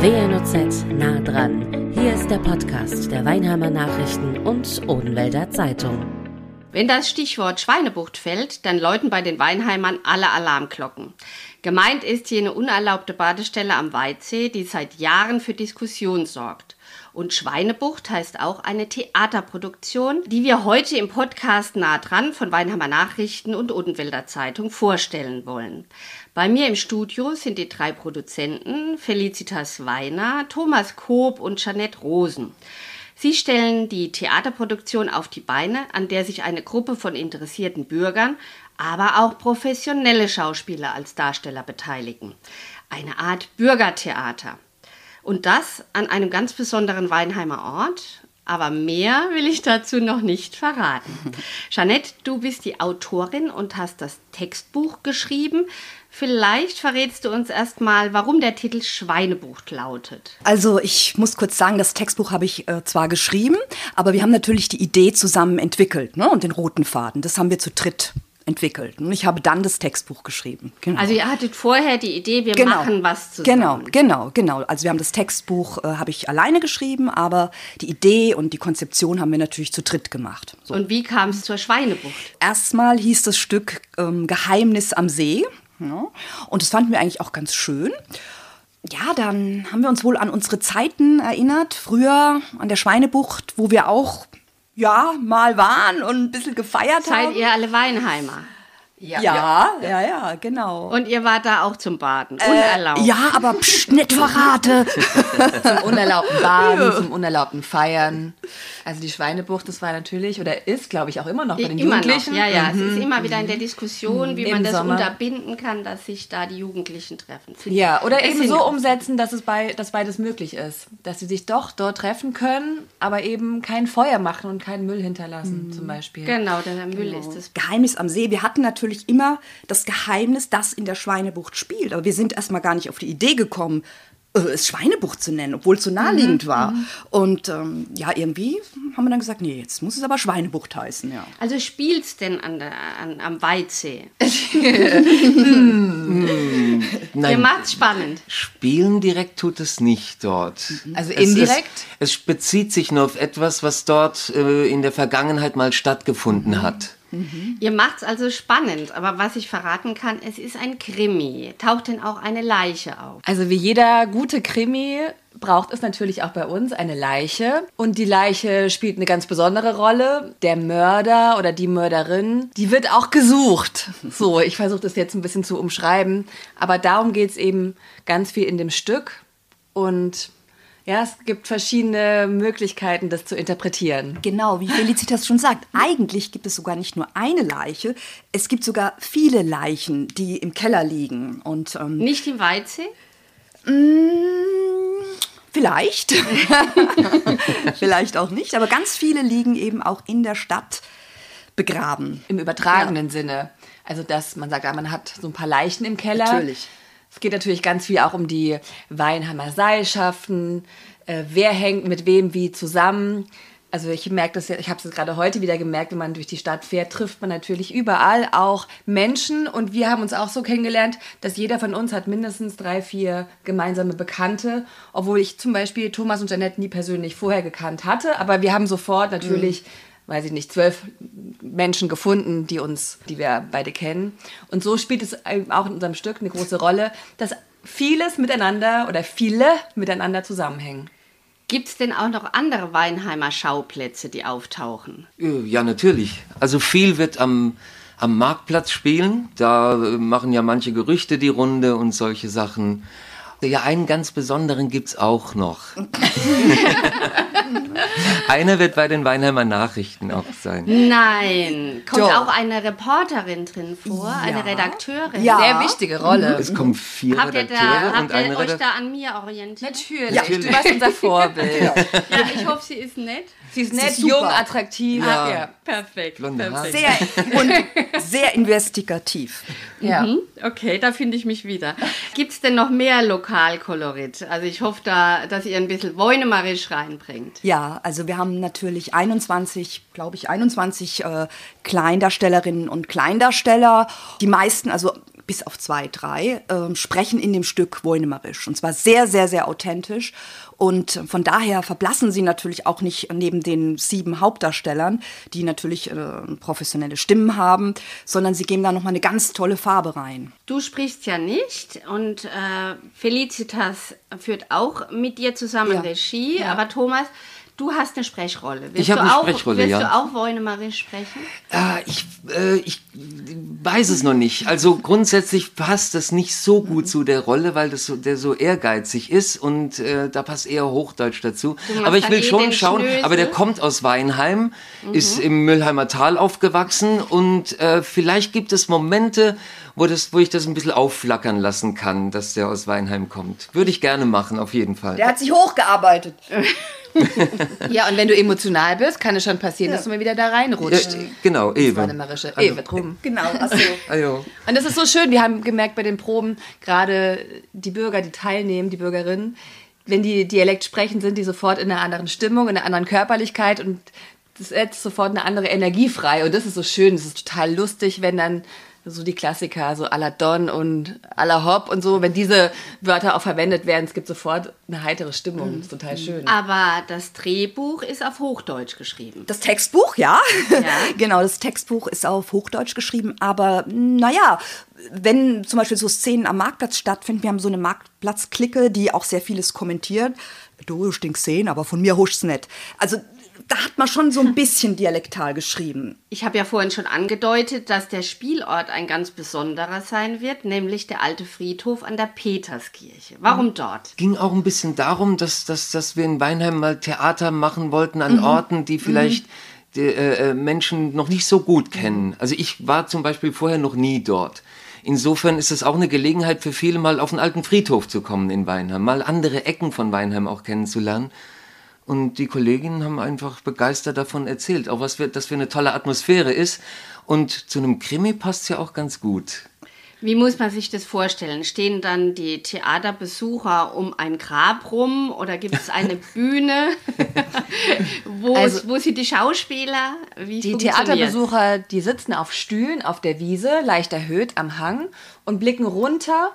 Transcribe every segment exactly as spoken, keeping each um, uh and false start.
W N O Z nah dran. Hier ist der Podcast der Weinheimer Nachrichten und Odenwälder Zeitung. Wenn das Stichwort Schweinebucht fällt, dann läuten bei den Weinheimern alle Alarmglocken. Gemeint ist hier eine unerlaubte Badestelle am Weitsee, die seit Jahren für Diskussion sorgt. Und Schweinebucht heißt auch eine Theaterproduktion, die wir heute im Podcast nah dran von Weinheimer Nachrichten und Odenwälder Zeitung vorstellen wollen. Bei mir im Studio sind die drei Produzenten Felicitas Weiner, Thomas Koop und Jeanette Rosen. Sie stellen die Theaterproduktion auf die Beine, an der sich eine Gruppe von interessierten Bürgern, aber auch professionelle Schauspieler als Darsteller beteiligen. Eine Art Bürgertheater. Und das an einem ganz besonderen Weinheimer Ort. Aber mehr will ich dazu noch nicht verraten. Jeanette, du bist die Autorin und hast das Textbuch geschrieben. Vielleicht verrätst du uns erstmal, warum der Titel Schweinebucht lautet. Also ich muss kurz sagen, das Textbuch habe ich äh, zwar geschrieben, aber wir haben natürlich die Idee zusammen entwickelt, ne? Und den roten Faden, das haben wir zu dritt entwickelt. Und ich habe dann das Textbuch geschrieben. Genau. Also ihr hattet vorher die Idee, wir genau. machen was zusammen. Genau, genau, genau. Also wir haben das Textbuch, äh, habe ich alleine geschrieben, aber die Idee und die Konzeption haben wir natürlich zu dritt gemacht. So. Und wie kam es zur Schweinebucht? Erstmal hieß das Stück ähm, Geheimnis am See. Ja. Und das fanden wir eigentlich auch ganz schön. Ja, dann haben wir uns wohl an unsere Zeiten erinnert, früher an der Schweinebucht, wo wir auch ja, mal waren und ein bisschen gefeiert Seid haben. ihr alle Weinheimer? Ja, ja, ja, ja, genau. Und ihr wart da auch zum Baden, unerlaubt? Äh, ja, aber pst, nicht verrate. Zum unerlaubten Baden, zum unerlaubten Feiern. Also die Schweinebucht, das war natürlich, oder ist, glaube ich, auch immer noch bei den immer Jugendlichen. Noch, ja, ja, mhm. es ist immer wieder in der Diskussion, wie Im man das Sommer. unterbinden kann, dass sich da die Jugendlichen treffen. Find Ja, oder eben so auch umsetzen, dass es bei, dass beides möglich ist. Dass sie sich doch dort treffen können, aber eben kein Feuer machen und keinen Müll hinterlassen, mhm. zum Beispiel. Genau, der Müll Genau. ist das. Geheimnis am See. Wir hatten natürlich immer das Geheimnis, das in der Schweinebucht spielt. Aber wir sind erstmal gar nicht auf die Idee gekommen, es Schweinebucht zu nennen, obwohl es so naheliegend mhm. war. Mhm. Und ähm, ja, irgendwie haben wir dann gesagt, nee, jetzt muss es aber Schweinebucht heißen. Ja. Also spielt's denn an der, an, am Weitsee? hm. Nein, Ihr macht's spannend. Spielen direkt tut es nicht dort. Also Es indirekt? Ist, es bezieht sich nur auf etwas, was dort äh, in der Vergangenheit mal stattgefunden Mhm. hat. Mhm. Ihr macht's also spannend, aber was ich verraten kann, es ist ein Krimi. Taucht denn auch eine Leiche auf? Also wie jeder gute Krimi braucht es natürlich auch bei uns eine Leiche. Und die Leiche spielt eine ganz besondere Rolle. Der Mörder oder die Mörderin, die wird auch gesucht. So, ich versuche das jetzt ein bisschen zu umschreiben. Aber darum geht es eben ganz viel in dem Stück. Und ja, es gibt verschiedene Möglichkeiten, das zu interpretieren. Genau, wie Felicitas schon sagt, eigentlich gibt es sogar nicht nur eine Leiche, es gibt sogar viele Leichen, die im Keller liegen. Und, ähm, Nicht im Weitsee? Mh, vielleicht. Vielleicht auch nicht, aber ganz viele liegen eben auch in der Stadt begraben. Im übertragenen ja. Sinne. Also, dass man sagt, man hat so ein paar Leichen im Keller. Natürlich. Es geht natürlich ganz viel auch um die Weinheimer Seilschaften. Äh, wer hängt mit wem wie zusammen? Also ich merke das ja, ich habe es gerade heute wieder gemerkt, wenn man durch die Stadt fährt, trifft man natürlich überall auch Menschen. Und wir haben uns auch so kennengelernt, dass jeder von uns hat mindestens drei, vier gemeinsame Bekannte. Obwohl ich zum Beispiel Thomas und Jeanette nie persönlich vorher gekannt hatte. Aber wir haben sofort natürlich... Mhm. weiß ich nicht, zwölf Menschen gefunden, die uns, die wir beide kennen. Und so spielt es auch in unserem Stück eine große Rolle, dass vieles miteinander oder viele miteinander zusammenhängen. Gibt es denn auch noch andere Weinheimer Schauplätze, die auftauchen? Ja, natürlich. Also viel wird am, am Marktplatz spielen. Da machen ja manche Gerüchte die Runde und solche Sachen. Ja, einen ganz besonderen gibt's auch noch. Einer wird bei den Weinheimer Nachrichten auch sein. Nein. Kommt Doch. auch eine Reporterin drin vor? Ja. Eine Redakteurin? Ja. Sehr wichtige Rolle. Es kommen vier Habt ihr, Redakteure da, und habt eine ihr euch Redakteur. da an mir orientiert? Natürlich. Ja. Du warst unser Vorbild. Ja, ich hoffe, sie ist nett. Sie ist Sie nett, ist super. jung, attraktiv. Ja. Ja. Perfekt. Blonde Haare. perfekt. Sehr, und sehr investigativ. Ja. Mhm. Okay, da finde ich mich wieder. Gibt es denn noch mehr Lokalkolorit? Also ich hoffe, da, dass ihr ein bisschen Woinemarisch reinbringt. Ja, also wir haben natürlich einundzwanzig, glaube ich, einundzwanzig äh, Kleindarstellerinnen und Kleindarsteller. Die meisten, also bis auf zwei, drei, äh, sprechen in dem Stück Woinemarisch. Und zwar sehr, sehr, sehr authentisch. Und von daher verblassen sie natürlich auch nicht neben den sieben Hauptdarstellern, die natürlich äh, professionelle Stimmen haben, sondern sie geben da nochmal eine ganz tolle Farbe rein. Du sprichst ja nicht und äh, Felicitas führt auch mit dir zusammen Ja. Regie, Ja. aber Thomas, du hast eine Sprechrolle. Willst Ich habe du eine auch, Sprechrolle, willst ja. du auch Woinemarisch sprechen? Ah, ich, äh, ich weiß es noch nicht. Also grundsätzlich passt das nicht so gut zu der Rolle, weil das so, der so ehrgeizig ist und äh, da passt eher Hochdeutsch dazu. Du machst Aber ich dann will eh schon den schauen, Schnösel. aber der kommt aus Weinheim, ist im Müllheimer Tal aufgewachsen und äh, vielleicht gibt es Momente, wo, das, wo ich das ein bisschen aufflackern lassen kann, dass der aus Weinheim kommt. Würde ich gerne machen, auf jeden Fall. Der hat sich hochgearbeitet. Ja, und wenn du emotional bist, kann es schon passieren, dass du mal wieder da Ja, reinrutschst. genau, eben. Weinemarische. Ewe drum. Genau, also Ajo. Und das ist so schön, wir haben gemerkt bei den Proben, gerade die Bürger, die teilnehmen, die Bürgerinnen, wenn die Dialekt sprechen, sind die sofort in einer anderen Stimmung, in einer anderen Körperlichkeit und das setzt sofort eine andere Energie frei. Und das ist so schön, das ist total lustig, wenn dann so die Klassiker, so à la Don und à la Hop und so, wenn diese Wörter auch verwendet werden, es gibt sofort eine heitere Stimmung, das ist total schön. Aber das Drehbuch ist auf Hochdeutsch geschrieben. das Textbuch, ja. Ja. Genau, das Textbuch ist auf Hochdeutsch geschrieben. Aber naja, wenn zum Beispiel so Szenen am Marktplatz stattfinden, wir haben so eine Marktplatzklicke, die auch sehr vieles kommentiert. Du stinkst sehen, aber von mir husch's nicht. Also da hat man schon so ein bisschen dialektal geschrieben. Ich habe ja vorhin schon angedeutet, dass der Spielort ein ganz besonderer sein wird, nämlich der alte Friedhof an der Peterskirche. Warum dort? Ging auch ein bisschen darum, dass, dass, dass wir in Weinheim mal Theater machen wollten an Orten, die vielleicht die, äh, Menschen noch nicht so gut kennen. Also ich war zum Beispiel vorher noch nie dort. Insofern ist es auch eine Gelegenheit für viele, mal auf den alten Friedhof zu kommen in Weinheim, mal andere Ecken von Weinheim auch kennenzulernen. Und die Kolleginnen haben einfach begeistert davon erzählt, auch was wir, dass wir eine tolle Atmosphäre ist. Und zu einem Krimi passt es ja auch ganz gut. Wie muss man sich das vorstellen? Stehen dann die Theaterbesucher um ein Grab rum oder gibt es eine Bühne, wo, Also- wo sind die Schauspieler? Wie Die funktioniert's? Theaterbesucher, die sitzen auf Stühlen auf der Wiese, leicht erhöht am Hang und blicken runter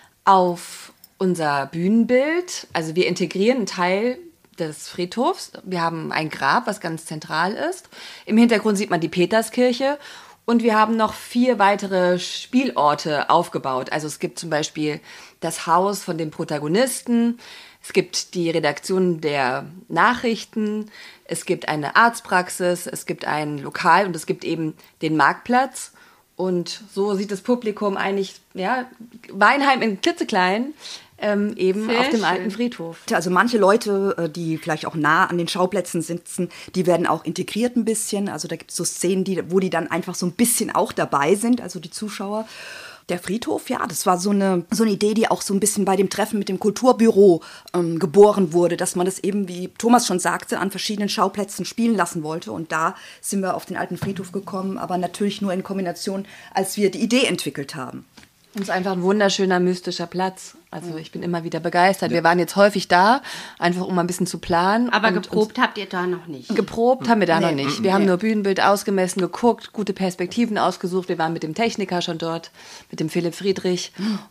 auf unser Bühnenbild. Also wir integrieren einen Teil des Friedhofs. Wir haben ein Grab, was ganz zentral ist. Im Hintergrund sieht man die Peterskirche. Und wir haben noch vier weitere Spielorte aufgebaut. Also es gibt zum Beispiel das Haus von dem Protagonisten. Es gibt die Redaktion der Nachrichten. Es gibt eine Arztpraxis. Es gibt ein Lokal und es gibt eben den Marktplatz. Und so sieht das Publikum eigentlich, ja, Weinheim in klitzeklein, ähm, eben Sehr auf dem schön. alten Friedhof. Also manche Leute, äh, die vielleicht auch nah an den Schauplätzen sitzen, die werden auch integriert ein bisschen. Also da gibt es so Szenen, die, wo die dann einfach so ein bisschen auch dabei sind, also die Zuschauer. Der Friedhof, ja, das war so eine, so eine Idee, die auch so ein bisschen bei dem Treffen mit dem Kulturbüro ähm, geboren wurde, dass man das eben, wie Thomas schon sagte, an verschiedenen Schauplätzen spielen lassen wollte. Und da sind wir auf den alten Friedhof gekommen, aber natürlich nur in Kombination, als wir die Idee entwickelt haben. Und es ist einfach ein wunderschöner, mystischer Platz. Also ich bin immer wieder begeistert. Wir waren jetzt häufig da, einfach um mal ein bisschen zu planen. Aber und geprobt habt ihr da noch nicht. uns- Geprobt haben wir da Nee. noch nicht. Wir haben nur Bühnenbild ausgemessen, geguckt, gute Perspektiven ausgesucht. Wir waren mit dem Techniker schon dort, mit dem Philipp Friedrich.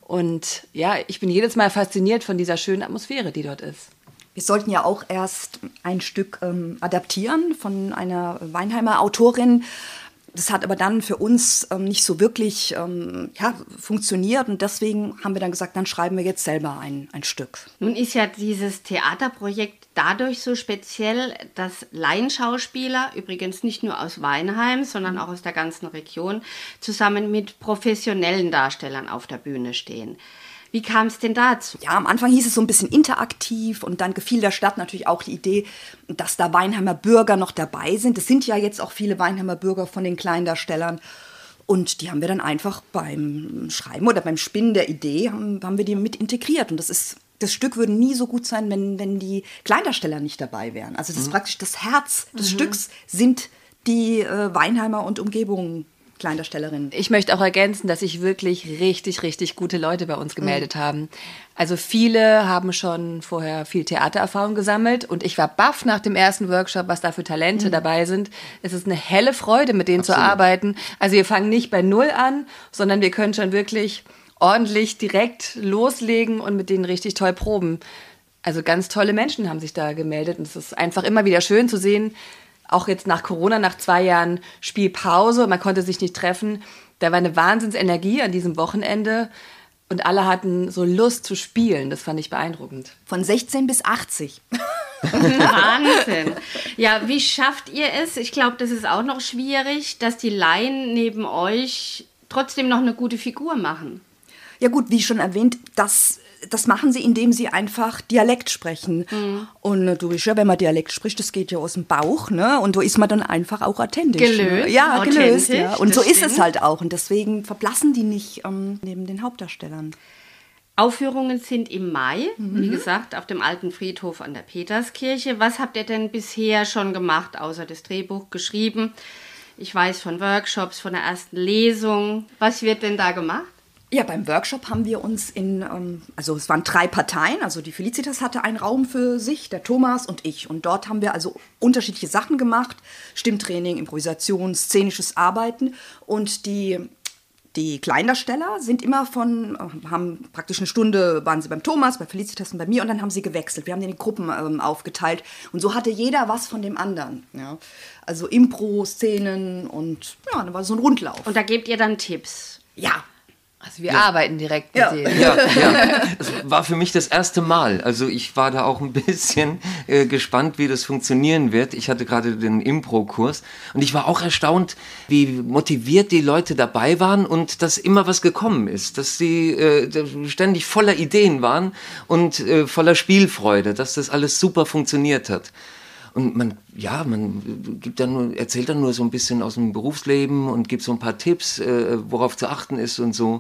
Und ja, ich bin jedes Mal fasziniert von dieser schönen Atmosphäre, die dort ist. Wir sollten ja auch erst ein Stück ähm, adaptieren von einer Weinheimer Autorin. Das hat aber dann für uns ähm, nicht so wirklich ähm, ja, funktioniert. Und deswegen haben wir dann gesagt, dann schreiben wir jetzt selber ein, ein Stück. Nun ist ja dieses Theaterprojekt dadurch so speziell, dass Laienschauspieler, übrigens nicht nur aus Weinheim, sondern auch aus der ganzen Region, zusammen mit professionellen Darstellern auf der Bühne stehen. Wie kam es denn dazu? Ja, am Anfang hieß es so ein bisschen interaktiv und dann gefiel der Stadt natürlich auch die Idee, dass da Weinheimer Bürger noch dabei sind. Es sind ja jetzt auch viele Weinheimer Bürger von den Kleindarstellern. Und die haben wir dann einfach beim Schreiben oder beim Spinnen der Idee, haben, haben wir die mit integriert. Und das ist, das Stück würde nie so gut sein, wenn, wenn die Kleindarsteller nicht dabei wären. Also das ist praktisch das Herz des Stücks, sind die äh, Weinheimer und Umgebung Kleindarstellerinnen. Ich möchte auch ergänzen, dass sich wirklich richtig, richtig gute Leute bei uns gemeldet mhm. haben. Also viele haben schon vorher viel Theatererfahrung gesammelt und ich war baff nach dem ersten Workshop, was da für Talente mhm. dabei sind. Es ist eine helle Freude, mit denen Absolut. Zu arbeiten. Also wir fangen nicht bei Null an, sondern wir können schon wirklich ordentlich direkt loslegen und mit denen richtig toll proben. Also ganz tolle Menschen haben sich da gemeldet und es ist einfach immer wieder schön zu sehen, auch jetzt nach Corona, nach zwei Jahren Spielpause, man konnte sich nicht treffen, da war eine Wahnsinnsenergie an diesem Wochenende und alle hatten so Lust zu spielen, das fand ich beeindruckend. Von sechzehn bis achtzig. Wahnsinn. Ja, wie schafft ihr es? Ich glaube, das ist auch noch schwierig, dass die Laien neben euch trotzdem noch eine gute Figur machen. Ja gut, wie schon erwähnt, das, das machen sie, indem sie einfach Dialekt sprechen. Mhm. Und äh, du weißt ja, wenn man Dialekt spricht, das geht ja aus dem Bauch, ne? Und da ist man dann einfach auch authentisch. Gelöst. Ne? Ja, authentisch, gelöst. Ja. Und so stimmt. ist es halt auch. Und deswegen verblassen die nicht ähm, neben den Hauptdarstellern. Aufführungen sind im Mai, mhm. wie gesagt, auf dem alten Friedhof an der Peterskirche. Was habt ihr denn bisher schon gemacht, außer das Drehbuch geschrieben? Ich weiß von Workshops, von der ersten Lesung. Was wird denn da gemacht? Ja, beim Workshop haben wir uns in, also es waren drei Parteien, also die Felicitas hatte einen Raum für sich, der Thomas und ich. Und dort haben wir also unterschiedliche Sachen gemacht, Stimmtraining, Improvisation, szenisches Arbeiten. Und die, die Kleindarsteller sind immer von, haben praktisch eine Stunde, waren sie beim Thomas, bei Felicitas und bei mir und dann haben sie gewechselt. Wir haben die in Gruppen ähm, aufgeteilt und so hatte jeder was von dem anderen. Ja. Also Impro, Szenen und ja, dann war so ein Rundlauf. Und da gebt ihr dann Tipps? Ja. Also wir ja. arbeiten direkt mit ja. denen. Ja, ja, das war für mich das erste Mal. Also ich war da auch ein bisschen äh, gespannt, wie das funktionieren wird. Ich hatte gerade den Impro-Kurs und ich war auch erstaunt, wie motiviert die Leute dabei waren und dass immer was gekommen ist, dass sie äh, ständig voller Ideen waren und äh, voller Spielfreude, dass das alles super funktioniert hat. Und man, ja, man gibt dann nur, erzählt dann nur so ein bisschen aus dem Berufsleben und gibt so ein paar Tipps, äh, worauf zu achten ist und so.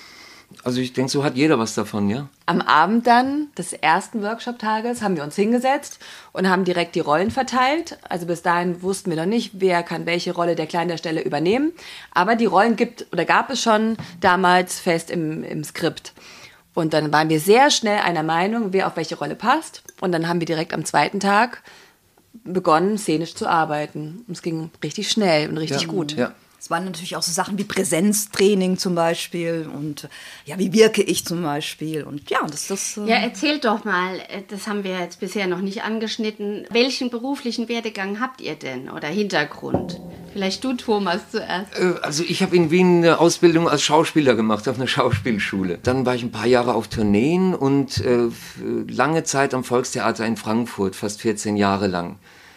Also ich denke, so hat jeder was davon, ja. Am Abend dann des ersten Workshop-Tages haben wir uns hingesetzt und haben direkt die Rollen verteilt. Also bis dahin wussten wir noch nicht, wer kann welche Rolle der Kleindarsteller übernehmen. Aber die Rollen gibt oder gab es schon damals fest im, im Skript. Und dann waren wir sehr schnell einer Meinung, wer auf welche Rolle passt. Und dann haben wir direkt am zweiten Tag begonnen, szenisch zu arbeiten. Und es ging richtig schnell und richtig ja, gut. Ja. Es waren natürlich auch so Sachen wie Präsenztraining zum Beispiel und ja, wie wirke ich zum Beispiel und ja, das das. Ja, erzählt doch mal, das haben wir jetzt bisher noch nicht angeschnitten. Welchen beruflichen Werdegang habt ihr denn oder Hintergrund? Vielleicht du, Thomas, zuerst. Also ich habe in Wien eine Ausbildung als Schauspieler gemacht, auf einer Schauspielschule. Dann war ich ein paar Jahre auf Tourneen und äh, lange Zeit am Volkstheater in Frankfurt, fast vierzehn Jahre lang.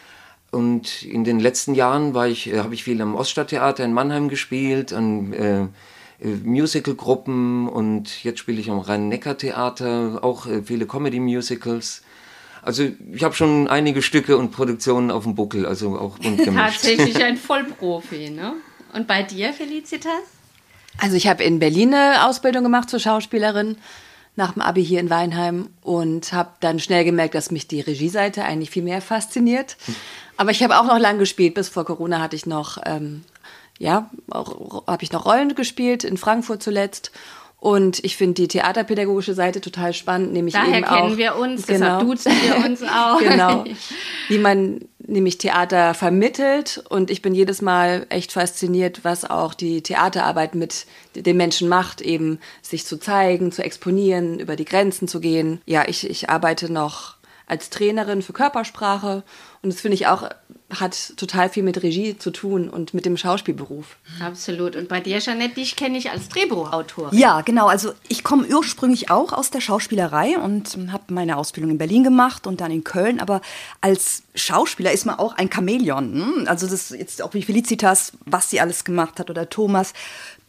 Und in den letzten Jahren war ich, äh, habe ich viel am Oststadttheater in Mannheim gespielt, an äh, Musicalgruppen und jetzt spiele ich am Rhein-Neckar-Theater, auch äh, viele Comedy-Musicals. Also ich habe schon einige Stücke und Produktionen auf dem Buckel, also auch bunt gemischt. Tatsächlich ein Vollprofi, ne? Und bei dir, Felicitas? Also ich habe in Berlin eine Ausbildung gemacht zur Schauspielerin nach dem Abi hier in Weinheim und habe dann schnell gemerkt, dass mich die Regieseite eigentlich viel mehr fasziniert. Aber ich habe auch noch lang gespielt. Bis vor Corona hatte ich noch, ähm, ja, habe ich noch Rollen gespielt, in Frankfurt zuletzt. Und ich finde die theaterpädagogische Seite total spannend. Nämlich Daher eben auch, kennen wir uns, genau. deshalb duzen wir uns auch. Genau, wie man nämlich Theater vermittelt. Und ich bin jedes Mal echt fasziniert, was auch die Theaterarbeit mit den Menschen macht, eben sich zu zeigen, zu exponieren, über die Grenzen zu gehen. Ja, ich, ich arbeite noch als Trainerin für Körpersprache und das finde ich auch, hat total viel mit Regie zu tun und mit dem Schauspielberuf. Absolut. Und bei dir, Jeanette, dich kenne ich als Drehbuchautorin. Ja, genau. Also ich komme ursprünglich auch aus der Schauspielerei und habe meine Ausbildung in Berlin gemacht und dann in Köln. Aber als Schauspieler ist man auch ein Chamäleon. Ne? Also das jetzt auch wie Felicitas, was sie alles gemacht hat oder Thomas.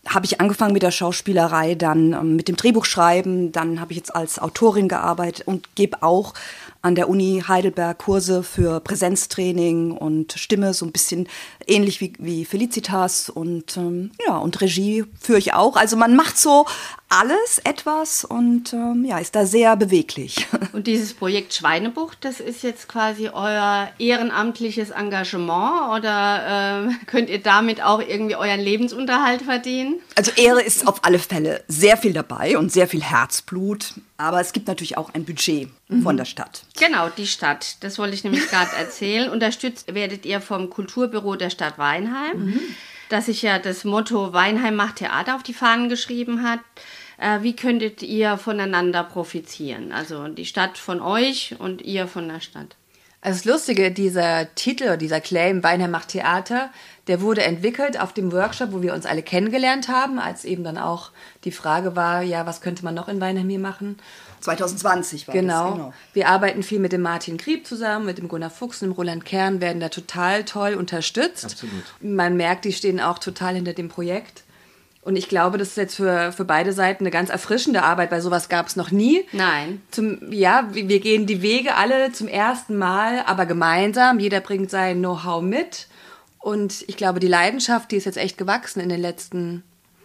habe ich angefangen mit der Schauspielerei, dann ähm, mit dem Drehbuchschreiben, dann habe ich jetzt als Autorin gearbeitet und gebe auch an der Uni Heidelberg Kurse für Präsenztraining und Stimme, so ein bisschen ähnlich wie, wie Felicitas und ähm, ja, und Regie führe ich auch. Also man macht so alles etwas und ähm, ja, ist da sehr beweglich. Und dieses Projekt Schweinebucht, das ist jetzt quasi euer ehrenamtliches Engagement oder äh, könnt ihr damit auch irgendwie euren Lebensunterhalt verdienen? Also Ehre ist auf alle Fälle sehr viel dabei und sehr viel Herzblut, aber es gibt natürlich auch ein Budget mhm. von der Stadt. Genau, die Stadt, das wollte ich nämlich gerade erzählen. Unterstützt werdet ihr vom Kulturbüro der Stadt Weinheim, mhm. das sich ja das Motto Weinheim macht Theater auf die Fahnen geschrieben hat. Äh, wie könntet ihr voneinander profitieren? Also die Stadt von euch und ihr von der Stadt. Also das Lustige, dieser Titel, dieser Claim Weinheim macht Theater, der wurde entwickelt auf dem Workshop, wo wir uns alle kennengelernt haben, als eben dann auch die Frage war, ja, was könnte man noch in Weinheim hier machen? zwanzig zwanzig war genau. das, genau. Wir arbeiten viel mit dem Martin Grieb zusammen, mit dem Gunnar Fuchs und dem Roland Kern, werden da total toll unterstützt. Absolut. Man merkt, die stehen auch total hinter dem Projekt. Und ich glaube, das ist jetzt für, für beide Seiten eine ganz erfrischende Arbeit, weil sowas gab es noch nie. Nein. Zum, ja, wir gehen die Wege alle zum ersten Mal, aber gemeinsam. Jeder bringt sein Know-how mit. Und ich glaube, die Leidenschaft, die ist jetzt echt gewachsen in den letzten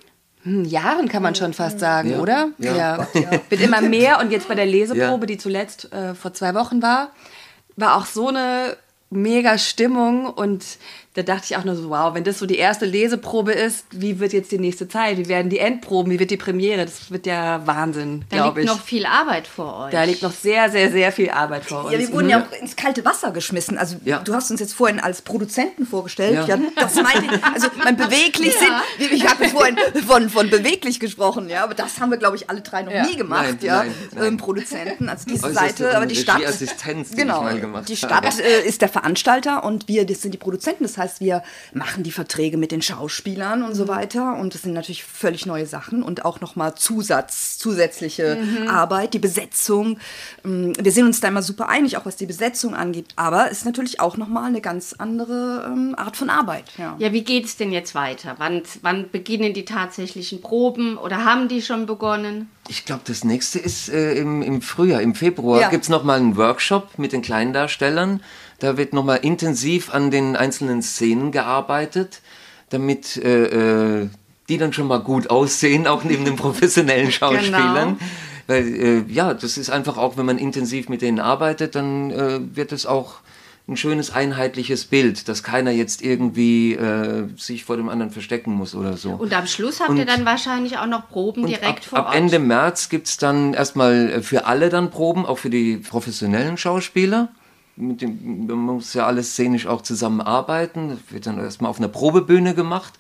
hm, Jahren, kann man schon fast sagen, ja. oder? Ja. Ja. Gott, ja. Wird immer mehr. Und jetzt bei der Leseprobe, Ja. die zuletzt äh, vor zwei Wochen war, war auch so eine mega Stimmung. Und da dachte ich auch nur so, wow, wenn das so die erste Leseprobe ist, wie wird jetzt die nächste Zeit? Wie werden die Endproben? Wie wird die Premiere? Das wird ja Wahnsinn, Da glaube liegt ich. noch viel Arbeit vor euch. Da liegt noch sehr, sehr, sehr viel Arbeit vor uns. Ja, wir wurden ja auch ins kalte Wasser geschmissen. Also Ja. du hast uns jetzt vorhin als Produzenten vorgestellt. Ja, Ja. das meinte ich. Also mein beweglich sind. Ich habe vorhin von, von beweglich gesprochen, ja, aber das haben wir, glaube ich, alle drei noch Ja. nie gemacht, Nein, ja. nein, nein. Ähm, Produzenten, also diese Äußerste Seite, aber die Stadt. Regieassistenz, die genau, ich mal gemacht die habe. Stadt äh, ist der Veranstalter und wir, das sind die Produzenten. Das heißt, wir machen die Verträge mit den Schauspielern und so weiter. Und das sind natürlich völlig neue Sachen und auch nochmal Zusatz, zusätzliche mhm. Arbeit, die Besetzung. Ähm, Wir sind uns da immer super einig, auch was die Besetzung angeht. Aber es ist natürlich auch nochmal eine ganz andere ähm, Art von Arbeit. Ja. Ja, wie geht's denn jetzt weiter? Wann, wann beginnen die tatsächlichen Proben oder haben die schon begonnen? Ich glaube, das nächste ist äh, im, im Frühjahr, im Februar Ja. gibt es nochmal einen Workshop mit den Kleindarstellern. Da wird nochmal intensiv an den einzelnen Szenen gearbeitet, damit äh, äh, die dann schon mal gut aussehen, auch neben den professionellen Schauspielern. Genau. Weil, äh, ja, das ist einfach auch, wenn man intensiv mit denen arbeitet, dann äh, wird es auch ein schönes einheitliches Bild, dass keiner jetzt irgendwie äh, sich vor dem anderen verstecken muss oder so. Und am Schluss habt Und- ihr dann wahrscheinlich auch noch Proben Und direkt ab, vor ab Ort. Ende März gibt es dann erstmal für alle dann Proben, auch für die professionellen Schauspieler. Mit dem, man muss ja alles szenisch auch zusammenarbeiten. Das wird dann erstmal auf einer Probebühne gemacht.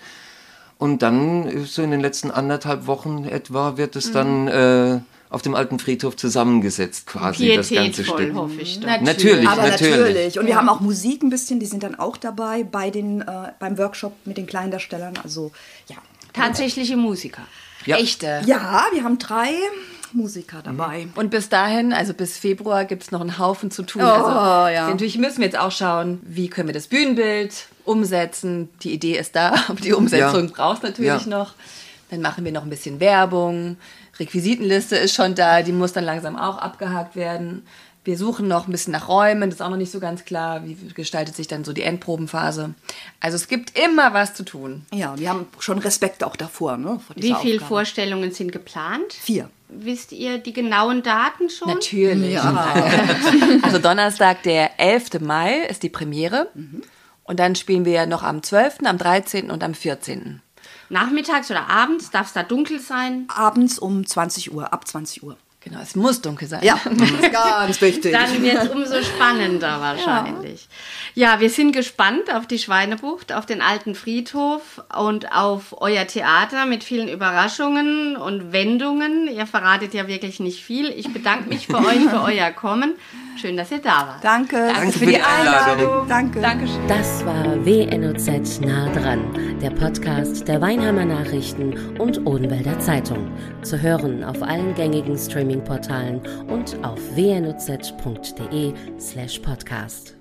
Und dann, so in den letzten anderthalb Wochen etwa, wird es dann äh, auf dem alten Friedhof zusammengesetzt quasi, das ganze Pietätvoll, Stück. hoffe ich. Doch. Natürlich, Aber natürlich. natürlich. Und wir haben auch Musik ein bisschen, die sind dann auch dabei bei den, äh, beim Workshop mit den Kleindarstellern. Also, ja. Tatsächliche Musiker. Ja. Echte. Ja, wir haben drei Musiker dabei. Und bis dahin, also bis Februar, gibt es noch einen Haufen zu tun. Oh, also, ja. Natürlich müssen wir jetzt auch schauen, wie können wir das Bühnenbild umsetzen. Die Idee ist da, aber die Umsetzung Ja. braucht es natürlich Ja. noch. Dann machen wir noch ein bisschen Werbung. Requisitenliste ist schon da, die muss dann langsam auch abgehakt werden. Wir suchen noch ein bisschen nach Räumen, das ist auch noch nicht so ganz klar. Wie gestaltet sich dann so die Endprobenphase? Also es gibt immer was zu tun. Ja, wir haben schon Respekt auch davor. Ne, vor dieser Wie viele Aufgabe. Vorstellungen sind geplant? Vier. Wisst ihr die genauen Daten schon? Natürlich. Ja. Also Donnerstag, der elften Mai ist die Premiere. Und dann spielen wir noch am zwölften, am dreizehnten und am vierzehnten Nachmittags oder abends? Darf es da dunkel sein? Abends um zwanzig Uhr, ab zwanzig Uhr. Genau, es muss dunkel sein. Ja, ganz wichtig. Dann wird es umso spannender wahrscheinlich. Ja. ja, wir sind gespannt auf die Schweinebucht, auf den alten Friedhof und auf euer Theater mit vielen Überraschungen und Wendungen. Ihr verratet ja wirklich nicht viel. Ich bedanke mich für euch, für euer Kommen. Schön, dass ihr da wart. Danke. Danke für die Einladung. Danke. Dankeschön. Das war W N O Z nah dran, der Podcast der Weinheimer Nachrichten und Odenwälder Zeitung. Zu hören auf allen gängigen Streaming-Portalen und auf w n o z punkt d e slash podcast.